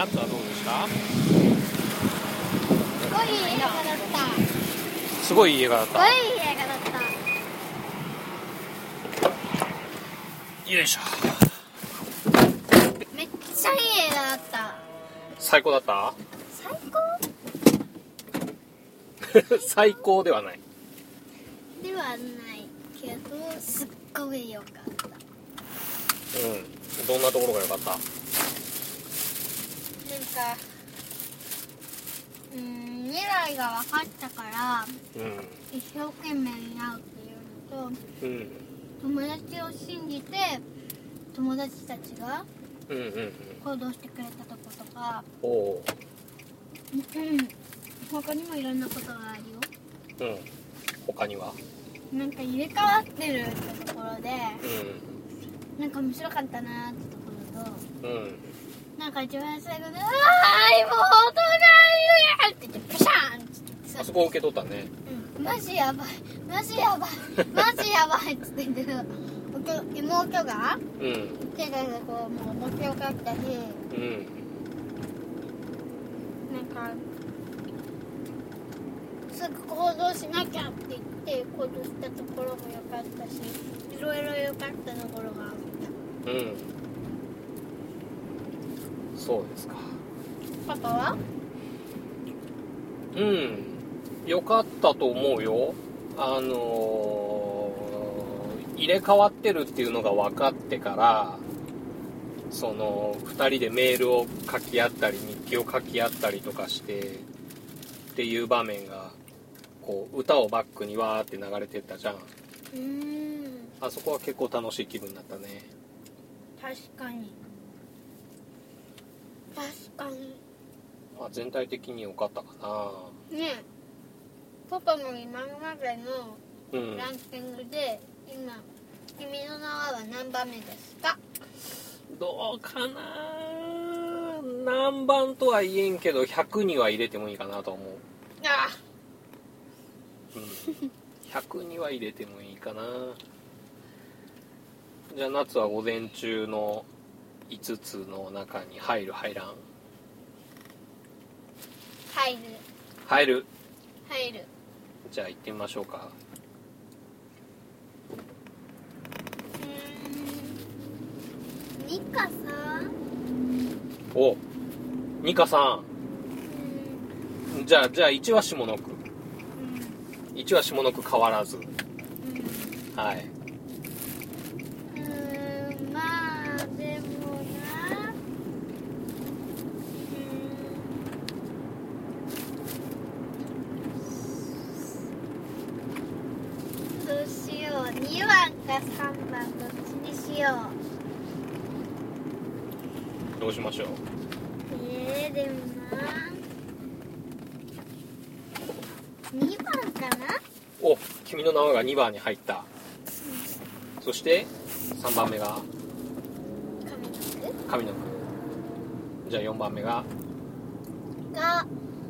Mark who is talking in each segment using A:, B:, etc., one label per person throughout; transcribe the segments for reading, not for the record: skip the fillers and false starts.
A: 夏はどうでした？
B: すごいいい映画だった。
A: すごいいい映画だった。
B: すごいいい映画だった。
A: よいしょ。
B: めっちゃいい映画だった。
A: 最高だった？
B: 最高
A: 最高ではない。
B: ではないけど、すっごい良かった。
A: どんなところが良かった？
B: なんか未来が分かったから、一生懸命になるっていうのと、友達を信じて友達たちが行動してくれたとことか、他にもいろんなことがあるよ。
A: 他には
B: なんか入れ替わってるってところで、なんか面白かったなってところと、なんか一番最後で「あー妹がいる!」って言ってピシャーンって言って、
A: あそこ受け取ったね。
B: マジやばいマジやばいマジやばいって言ってる妹が手がこうもう持ちよかったし、なんかすぐ行動しなきゃって言って行動したところも良かったし、いろいろ良かったところがあった。
A: そうですか。
B: パパは？
A: 良かったと思うよ。入れ替わってるっていうのが分かってから、その2人でメールを書き合ったり日記を書き合ったりとかしてっていう場面がこう歌をバックにわーって流れてったじゃん。あそこは結構楽しい気分になったね。
B: 確かに。
A: まあ、全体的に良かったかな。
B: ねえ、パパの今までのランキングで、今君の名は何番目ですか？
A: どうかな、何番とは言えんけど100には入れてもいいかなと思う。100には入れてもいいかな。じゃあ夏は午前中の5つの中に入る入らん？入る。じゃあ行ってみましょうか。
B: ニカさん。
A: お、ニカさん。じゃあ1は下の句。1は下の句変わらず。はい。
B: まあでもな。どうしよう。2番か3番どっちにしよ
A: う。どうしましょう。
B: でもな。2番かな。
A: お、君の名はが2番に入った。そして3番目が上の句。じゃあ4番目が
B: 4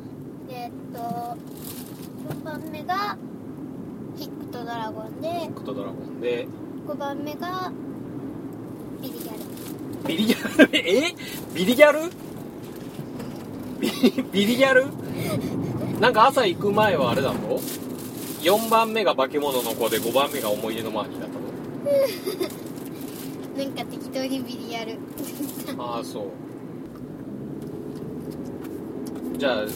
B: 番目がヒックとドラゴンで、5番目がビリギャル。
A: ビリギャル？ビリギャル？ビリギャル？なんか朝行く前はあれだろ？4番目が化け物の子で5番目が思い出のマーニーだったの？
B: なんか適当にビリギャル。
A: ああ、そう。じゃあ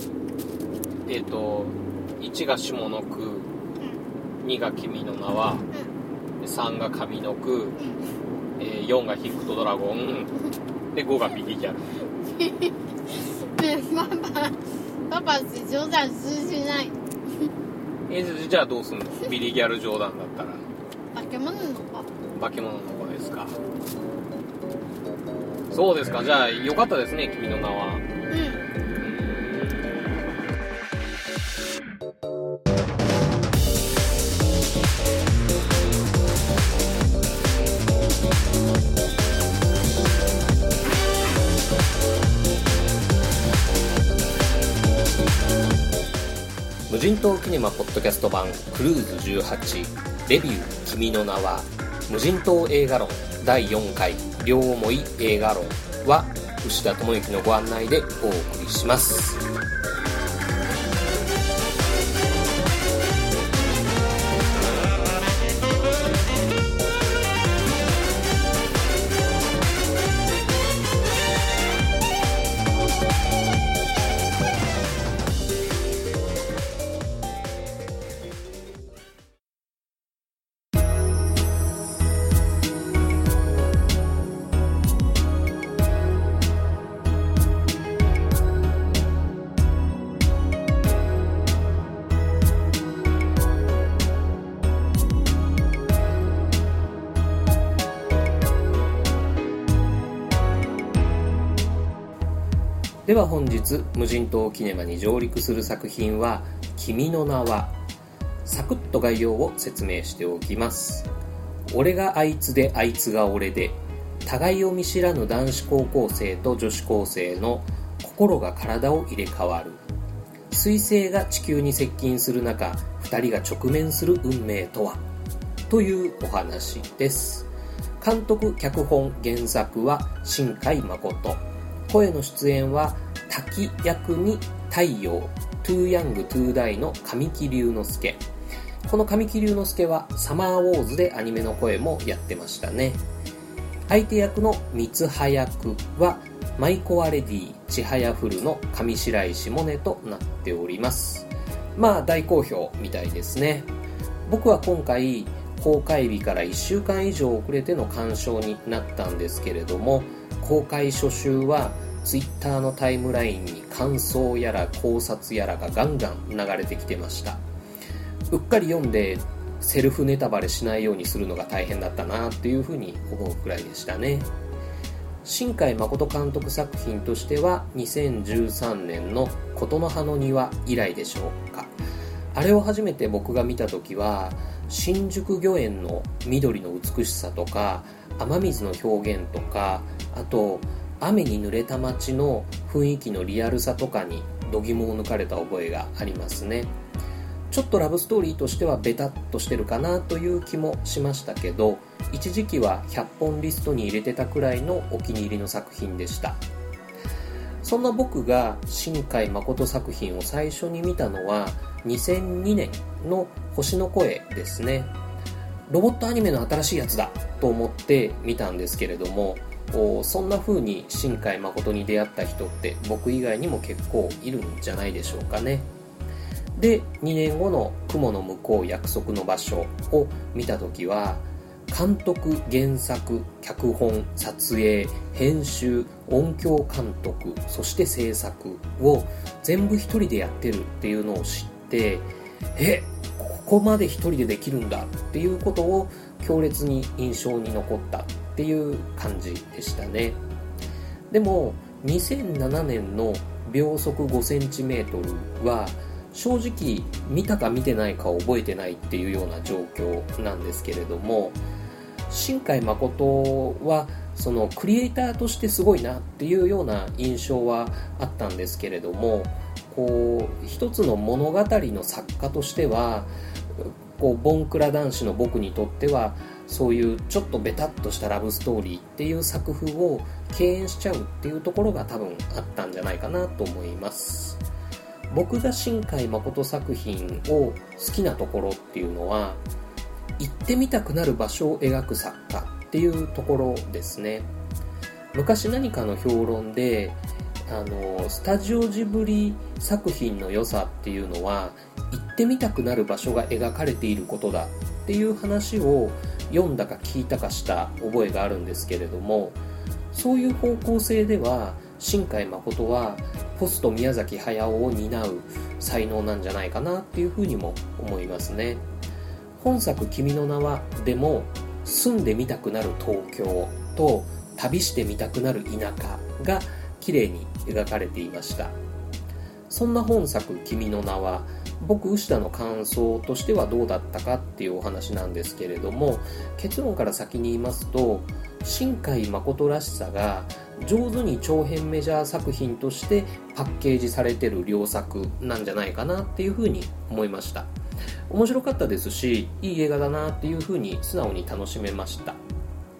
A: 1が下の句、2が君の名は、3が上の句、4がヒックとドラゴンで5がビリギャル。
B: パパって冗談通じない。
A: じゃあどうすんの？ビリギャル冗談だったら
B: 化け物の子
A: ですか。そうですか。じゃあよかったですね、君の名は。無人島キネマポッドキャスト版クルーズ18レビュー君の名は無人島映画論第4回両思い映画論は牛田智之のご案内でお送りします。では本日無人島キネマに上陸する作品は君の名は。サクッと概要を説明しておきます。俺があいつであいつが俺で、互いを見知らぬ男子高校生と女子高生の心が体を入れ替わる。彗星が地球に接近する中、2人が直面する運命とは、というお話です。監督脚本原作は新海誠。声の出演は滝役に太陽、トゥーヤングトゥーダイの神木隆之介。この神木隆之介はサマーウォーズでアニメの声もやってましたね。相手役の三葉役は舞妓アレディちはやふるの上白石萌音となっております。まあ大好評みたいですね。僕は今回公開日から1週間以上遅れての鑑賞になったんですけれども、公開初週はツイッターのタイムラインに感想やら考察やらがガンガン流れてきてました。うっかり読んでセルフネタバレしないようにするのが大変だったなっていうふうに思うくらいでしたね。新海誠監督作品としては2013年の琴の葉の庭以来でしょうか。あれを初めて僕が見た時は新宿御苑の緑の美しさとか雨水の表現とか、あと雨に濡れた街の雰囲気のリアルさとかに度肝を抜かれた覚えがありますね。ちょっとラブストーリーとしてはベタっとしてるかなという気もしましたけど、一時期は100本リストに入れてたくらいのお気に入りの作品でした。そんな僕が新海誠作品を最初に見たのは2002年の星の声ですね。ロボットアニメの新しいやつだと思って見たんですけれども、そんな風に新海誠に出会った人って僕以外にも結構いるんじゃないでしょうかね。で、2年後の雲の向こう約束の場所を見た時は、監督、原作、脚本、撮影、編集、音響監督、そして制作を全部一人でやってるっていうのを知って、ここまで一人でできるんだっていうことを強烈に印象に残ったっていう感じでしたね。でも2007年の秒速 5cm は正直見たか見てないか覚えてないっていうような状況なんですけれども、新海誠はそのクリエイターとしてすごいなっていうような印象はあったんですけれども、一つの物語の作家としてはボンクラ男子の僕にとってはそういうちょっとベタっとしたラブストーリーっていう作風を敬遠しちゃうっていうところが多分あったんじゃないかなと思います。僕が新海誠作品を好きなところっていうのは、行ってみたくなる場所を描く作家っていうところですね。昔何かの評論でスタジオジブリ作品の良さっていうのは行ってみたくなる場所が描かれていることだっていう話を読んだか聞いたかした覚えがあるんですけれども、そういう方向性では新海誠はポスト宮崎駿を担う才能なんじゃないかなっていうふうにも思いますね。本作君の名はでも住んでみたくなる東京と旅してみたくなる田舎が綺麗に描かれていました。そんな本作君の名は僕牛田の感想としてはどうだったかっていうお話なんですけれども、結論から先に言いますと、新海誠らしさが上手に長編メジャー作品としてパッケージされてる良作なんじゃないかなっていうふうに思いました。面白かったですし、いい映画だなっていうふうに素直に楽しめました。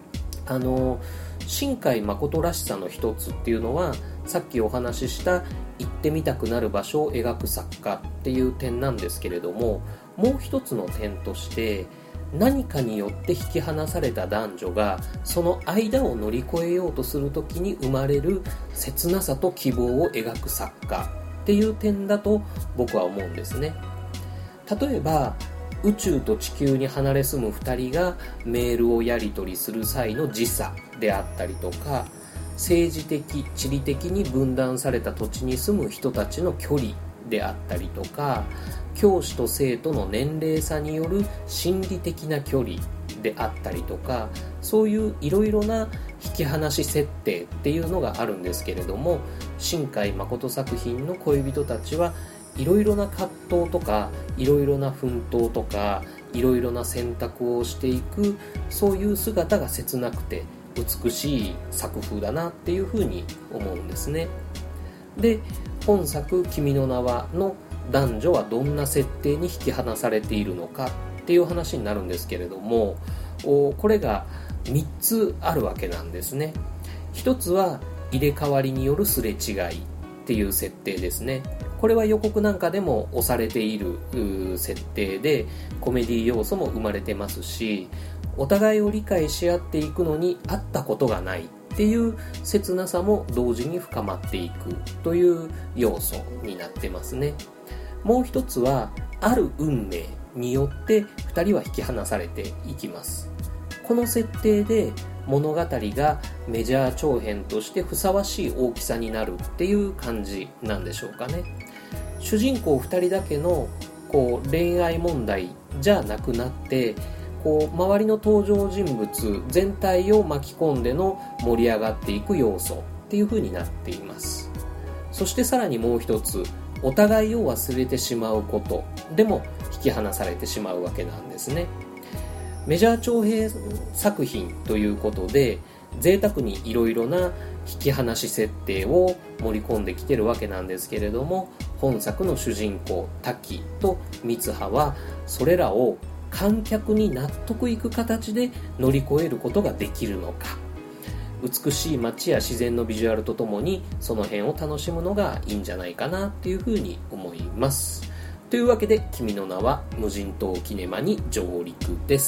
A: 新海誠らしさの一つっていうのは、さっきお話しした行ってみたくなる場所を描く作家っていう点なんですけれども、もう一つの点として、何かによって引き離された男女がその間を乗り越えようとするときに生まれる切なさと希望を描く作家っていう点だと僕は思うんですね。例えば宇宙と地球に離れ住む2人がメールをやり取りする際の時差であったりとか、政治的地理的に分断された土地に住む人たちの距離であったりとか、教師と生徒の年齢差による心理的な距離であったりとか、そういういろいろな引き離し設定っていうのがあるんですけれども、新海誠作品の恋人たちはいろいろな葛藤とか、いろいろな奮闘とか、いろいろな選択をしていく、そういう姿が切なくて美しい作風だなっていうふうに思うんですね。で、本作「君の名は」の男女はどんな設定に引き離されているのかっていう話になるんですけれども、これが3つあるわけなんですね。1つは入れ替わりによるすれ違いっていう設定ですね。これは予告なんかでも押されている設定で、コメディ要素も生まれてますし、お互いを理解し合っていくのに会ったことがないっていう切なさも同時に深まっていくという要素になってますね。もう一つは、ある運命によって2人は引き離されていきます。この設定で物語がメジャー長編としてふさわしい大きさになるっていう感じなんでしょうかね。主人公2人だけの恋愛問題じゃなくなって、周りの登場人物全体を巻き込んでの盛り上がっていく要素っていう風になっています。そしてさらにもう一つ、お互いを忘れてしまうことでも引き離されてしまうわけなんですね。メジャー長編作品ということで、贅沢にいろいろな引き離し設定を盛り込んできてるわけなんですけれども、本作の主人公滝と三葉はそれらを観客に納得いく形で乗り越えることができるのか、美しい街や自然のビジュアルとともにその辺を楽しむのがいいんじゃないかなっていうふうに思います。というわけで、君の名は無人島キネマに上陸です。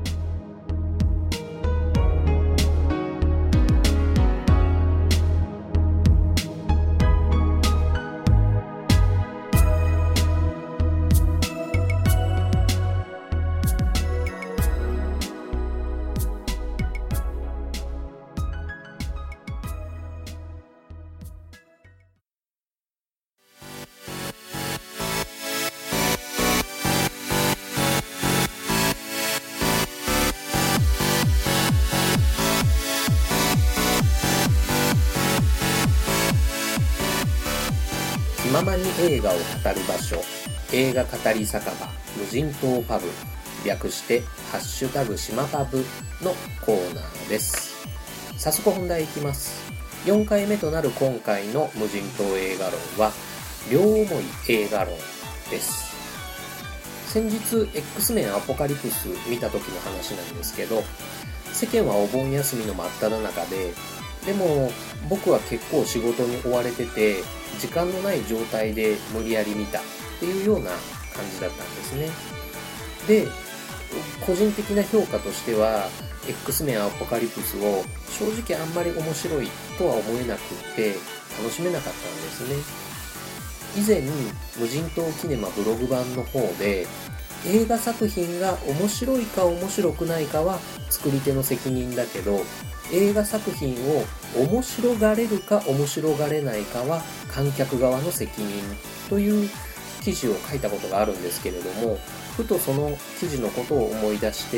A: 気ままに映画を語る場所、映画語り酒場無人島パブ、略してハッシュタグ島パブのコーナーです。早速本題いきます。4回目となる今回の無人島映画論は両思い映画論です。先日 X メンアポカリプス見た時の話なんですけど、世間はお盆休みの真っ只中でも僕は結構仕事に追われてて時間のない状態で無理やり見たっていうような感じだったんですね。で、個人的な評価としては X メンアポカリプスを正直あんまり面白いとは思えなくって楽しめなかったんですね。以前無人島キネマブログ版の方で、映画作品が面白いか面白くないかは作り手の責任だけど、映画作品を面白がれるか面白がれないかは観客側の責任という記事を書いたことがあるんですけれども、ふとその記事のことを思い出して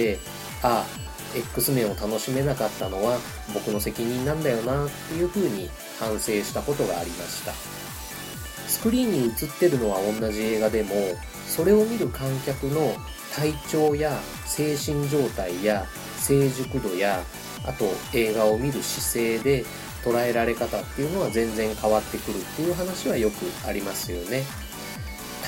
A: 、X メンを楽しめなかったのは僕の責任なんだよなっていうふうに反省したことがありました。スクリーンに映ってるのは同じ映画でも、それを見る観客の体調や精神状態や成熟度や、あと映画を見る姿勢で捉えられ方っていうのは全然変わってくるっていう話はよくありますよね。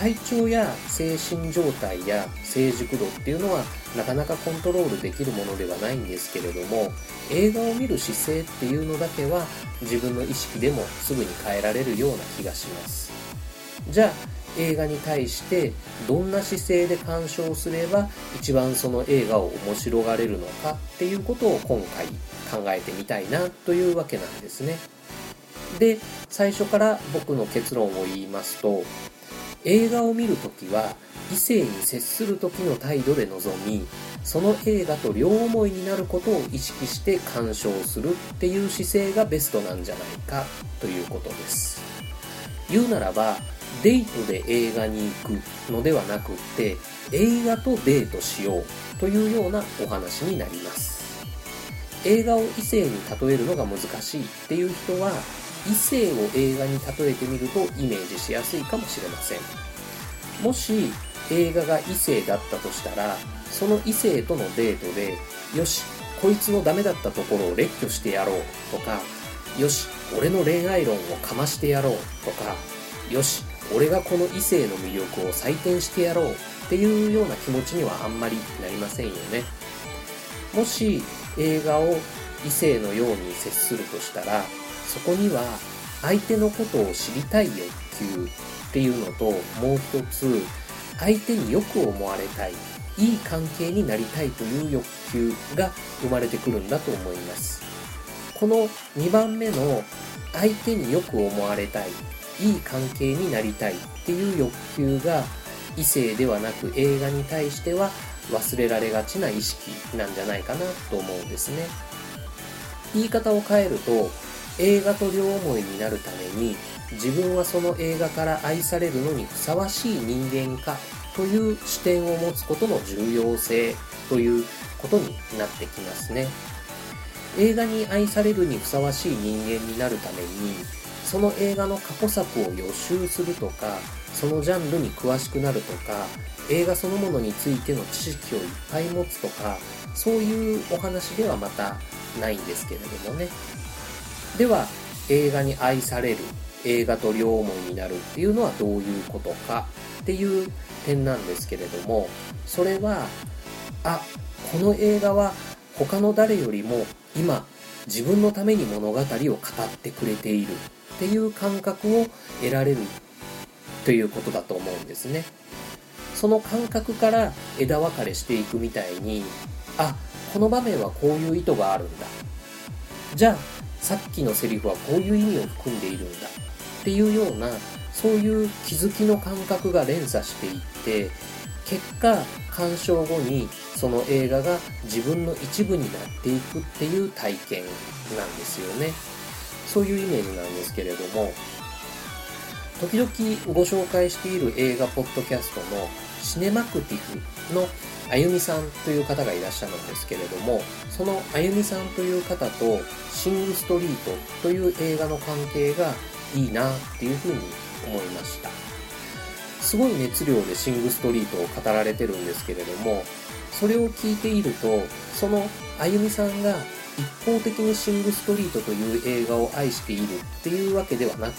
A: 体調や精神状態や成熟度っていうのはなかなかコントロールできるものではないんですけれども、映画を見る姿勢っていうのだけは自分の意識でもすぐに変えられるような気がします。じゃあ映画に対してどんな姿勢で鑑賞すれば一番その映画を面白がれるのかっていうことを今回考えてみたいなというわけなんですね。で、最初から僕の結論を言いますと、映画を見るときは異性に接する時の態度で臨み、その映画と両思いになることを意識して鑑賞するっていう姿勢がベストなんじゃないかということです。言うならば、デートで映画に行くのではなくって、映画とデートしようというようなお話になります。映画を異性に例えるのが難しいっていう人は、異性を映画に例えてみるとイメージしやすいかもしれません。もし映画が異性だったとしたら、その異性とのデートで、よし、こいつのダメだったところを列挙してやろうとか、よし、俺の恋愛論をかましてやろうとか、よし、俺がこの異性の魅力を採点してやろうっていうような気持ちにはあんまりなりませんよね。もし映画を異性のように接するとしたら、そこには相手のことを知りたい欲求っていうのと、もう一つ相手によく思われたい、いい関係になりたいという欲求が生まれてくるんだと思います。この2番目の相手によく思われたい、いい関係になりたいっていう欲求が異性ではなく映画に対しては忘れられがちな意識なんじゃないかなと思うんですね。言い方を変えると、映画と両思いになるために自分はその映画から愛されるのにふさわしい人間かという視点を持つことの重要性ということになってきますね。映画に愛されるにふさわしい人間になるために、その映画の過去作を予習するとか、そのジャンルに詳しくなるとか、映画そのものについての知識をいっぱい持つとか、そういうお話ではまたないんですけれどもね。では、映画に愛される、映画と両思いになるっていうのはどういうことかっていう点なんですけれども、それは、この映画は他の誰よりも今自分のために物語を語ってくれているっていう感覚を得られるということだと思うんですね。その感覚から枝分かれしていくみたいに、この場面はこういう意図があるんだ、じゃあさっきのセリフはこういう意味を含んでいるんだっていうような、そういう気づきの感覚が連鎖していって、結果鑑賞後にその映画が自分の一部になっていくっていう体験なんですよね。そういうイメージなんですけれども、時々ご紹介している映画ポッドキャストのシネマクティフのあゆみさんという方がいらっしゃるんですけれども、そのあゆみさんという方とシング・ストリートという映画の関係がいいなっていうふうに思いました。すごい熱量でシング・ストリートを語られてるんですけれども、それを聞いていると、そのあゆみさんが一方的にシング・ストリートという映画を愛しているっていうわけではなくって、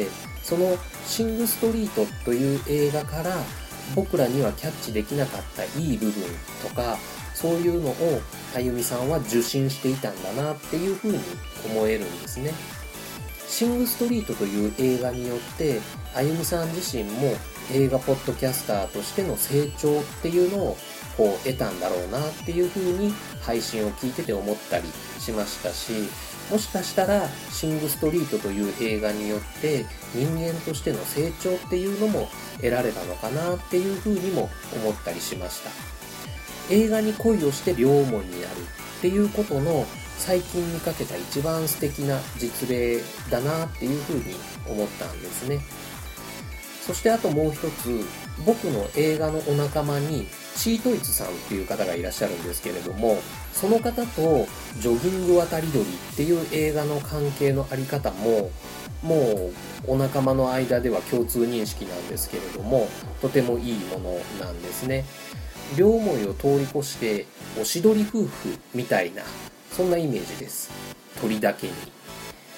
A: そのシング・ストリートという映画から僕らにはキャッチできなかったいい部分とか、そういうのをあゆみさんは受信していたんだなっていうふうに思えるんですね。シング・ストリートという映画によってあゆみさん自身も映画ポッドキャスターとしての成長っていうのを得たんだろうなっていうふうに配信を聞いてて思ったりしましたし、もしかしたらシング・ストリートという映画によって人間としての成長っていうのも得られたのかなっていうふうにも思ったりしました。映画に恋をして両思いになるっていうことの最近見かけた一番素敵な実例だなっていうふうに思ったんですね。そしてあともう一つ、僕の映画のお仲間にチートイツさんっていう方がいらっしゃるんですけれども、その方とジョギング渡り鳥っていう映画の関係のあり方も、もうお仲間の間では共通認識なんですけれども、とてもいいものなんですね。両思いを通り越しておしどり夫婦みたいな、そんなイメージです。鳥だけに。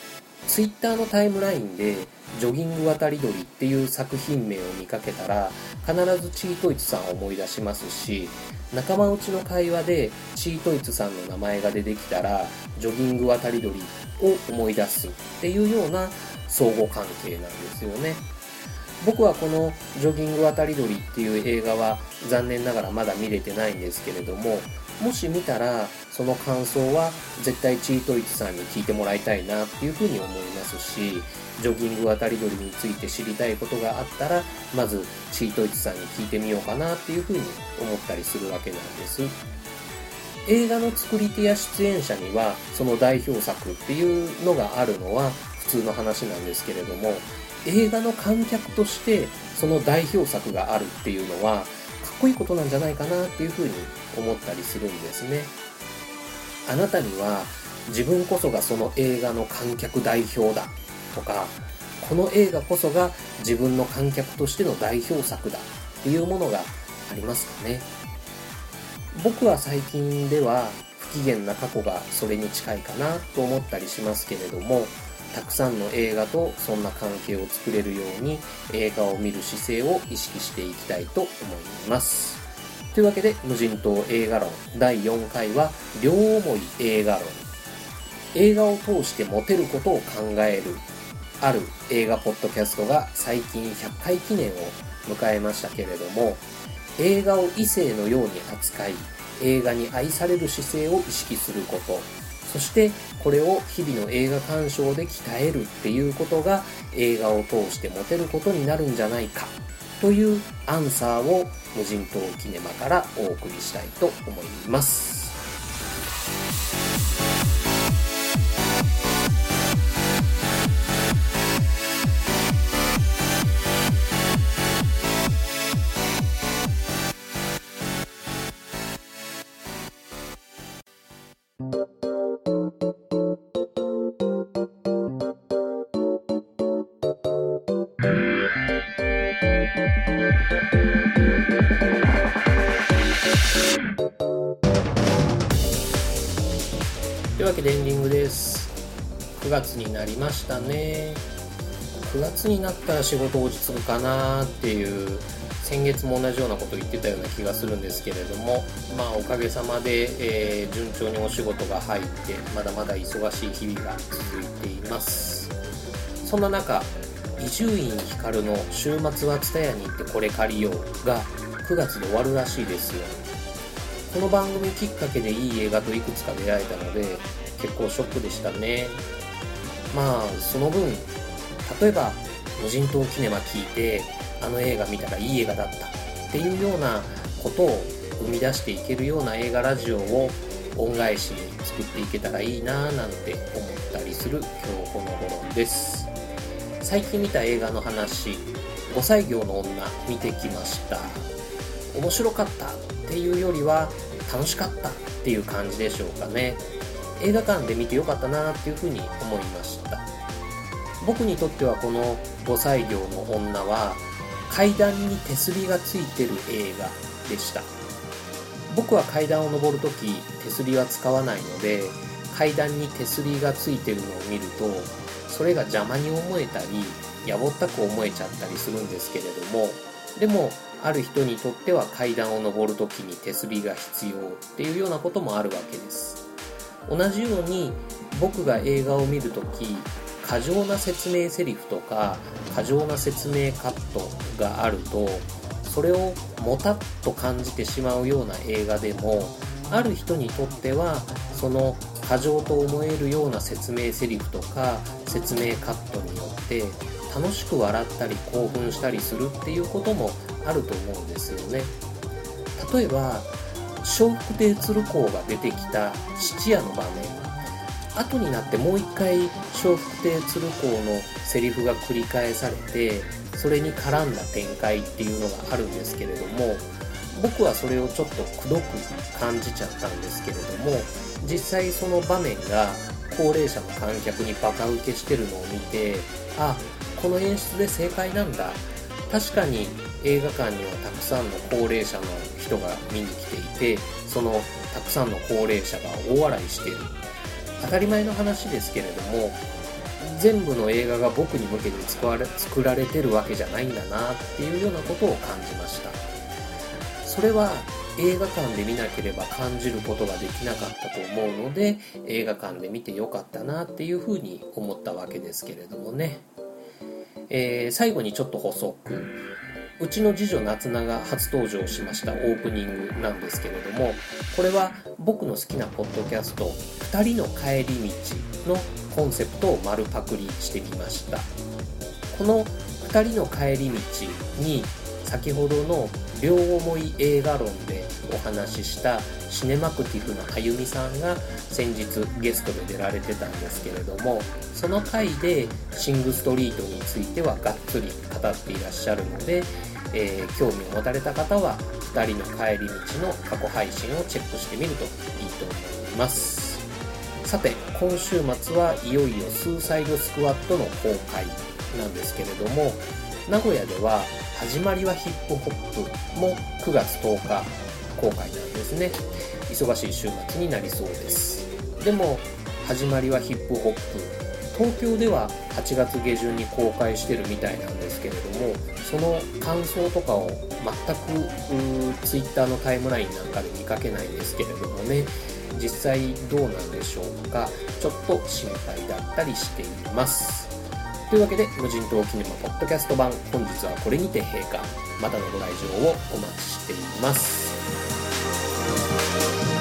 A: ツイッターのタイムラインでジョギング渡り鳥っていう作品名を見かけたら必ずチートイツさんを思い出しますし、仲間内の会話でチートイツさんの名前が出てきたらジョギング渡り鳥を思い出すっていうような相互関係なんですよね。僕はこのジョギング渡り鳥っていう映画は残念ながらまだ見れてないんですけれども、もし見たらその感想は絶対チートイツさんに聞いてもらいたいなっていうふうに思いますし、ジョギング渡り鳥について知りたいことがあったらまずチートイツさんに聞いてみようかなっていうふうに思ったりするわけなんです。映画の作り手や出演者にはその代表作っていうのがあるのは普通の話なんですけれども、映画の観客としてその代表作があるっていうのはかっこいいことなんじゃないかなっていうふうに思ったりするんですね。あなたには自分こそがその映画の観客代表だとか、この映画こそが自分の観客としての代表作だっていうものがありますかね。僕は最近では不機嫌な過去がそれに近いかなと思ったりしますけれども、たくさんの映画とそんな関係を作れるように映画を見る姿勢を意識していきたいと思います。というわけで無人島映画論第4回は両思い映画論、映画を通してモテることを考えるある映画ポッドキャストが最近100回記念を迎えましたけれども、映画を異性のように扱い映画に愛される姿勢を意識すること、そしてこれを日々の映画鑑賞で鍛えるっていうことが映画を通してモテることになるんじゃないかというアンサーを無人島キネマからお送りしたいと思います。というわけでエンディングです。9月になりましたね。9月になったら仕事落ち着くかなっていう先月も同じようなことを言ってたような気がするんですけれども、おかげさまで、順調にお仕事が入ってまだまだ忙しい日々が続いています。そんな中、伊集院光の週末はTSUTAYAに行ってこれ借りようが9月で終わるらしいですよ。この番組きっかけでいい映画といくつか出会えたので結構ショックでしたね。その分、例えば無人島キネマ聞いてあの映画見たらいい映画だったっていうようなことを生み出していけるような映画ラジオを恩返しに作っていけたらいいななんて思ったりする今日この頃です。最近見た映画の話、5歳業の女見てきました。面白かったっていうよりは楽しかったっていう感じでしょうかね。映画館で見てよかったなっていうふうに思いました。僕にとってはこの5歳業の女は階段に手すりがついてる映画でした。僕は階段を登るとき手すりは使わないので、階段に手すりがついてるのを見るとそれが邪魔に思えたりやぼったく思えちゃったりするんですけれども、でもある人にとっては階段を登るときに手すりが必要っていうようなこともあるわけです。同じように僕が映画を見るとき、過剰な説明セリフとか過剰な説明カットがあるとそれをもたっと感じてしまうような映画でも、ある人にとってはその過剰と思えるような説明セリフとか説明カットによって楽しく笑ったり興奮したりするっていうこともあると思うんですよね。例えば笑福亭鶴光が出てきた質屋の場面、後になってもう一回笑福亭鶴光のセリフが繰り返されてそれに絡んだ展開っていうのがあるんですけれども、僕はそれをちょっとくどく感じちゃったんですけれども、実際その場面が高齢者の観客にバカ受けしてるのを見て、この演出で正解なんだ、確かに映画館にはたくさんの高齢者の人が見に来ていて、そのたくさんの高齢者が大笑いしている、当たり前の話ですけれども、 全部の映画が僕に向けて作られてるわけじゃないんだなっていうようなことを感じました。それは映画館で見なければ感じることができなかったと思うので、映画館で見てよかったなっていうふうに思ったわけですけれどもね。最後にちょっと補足。うちの次女夏菜が初登場しましたオープニングなんですけれども、これは僕の好きなポッドキャスト2人の帰り道のコンセプトを丸パクリしてみました。この2人の帰り道に先ほどの両思い映画論でお話ししたシネマクティフのあゆみさんが先日ゲストで出られてたんですけれども、その回でシングストリートについてはがっつり語っていらっしゃるので、興味を持たれた方は2人の帰り道の過去配信をチェックしてみるといいと思います。さて、今週末はいよいよスーサイドスクワットの公開なんですけれども、名古屋では始まりはヒップホップも9月10日公開なんですね。忙しい週末になりそうです。でも始まりはヒップホップ、東京では8月下旬に公開してるみたいなんですけれども、その感想とかを全くツイッターのタイムラインなんかで見かけないんですけれどもね、実際どうなんでしょうか、ちょっと心配だったりしています。というわけで、無人島キネマポッドキャスト版、本日はこれにて閉館。またのご来場をお待ちしています。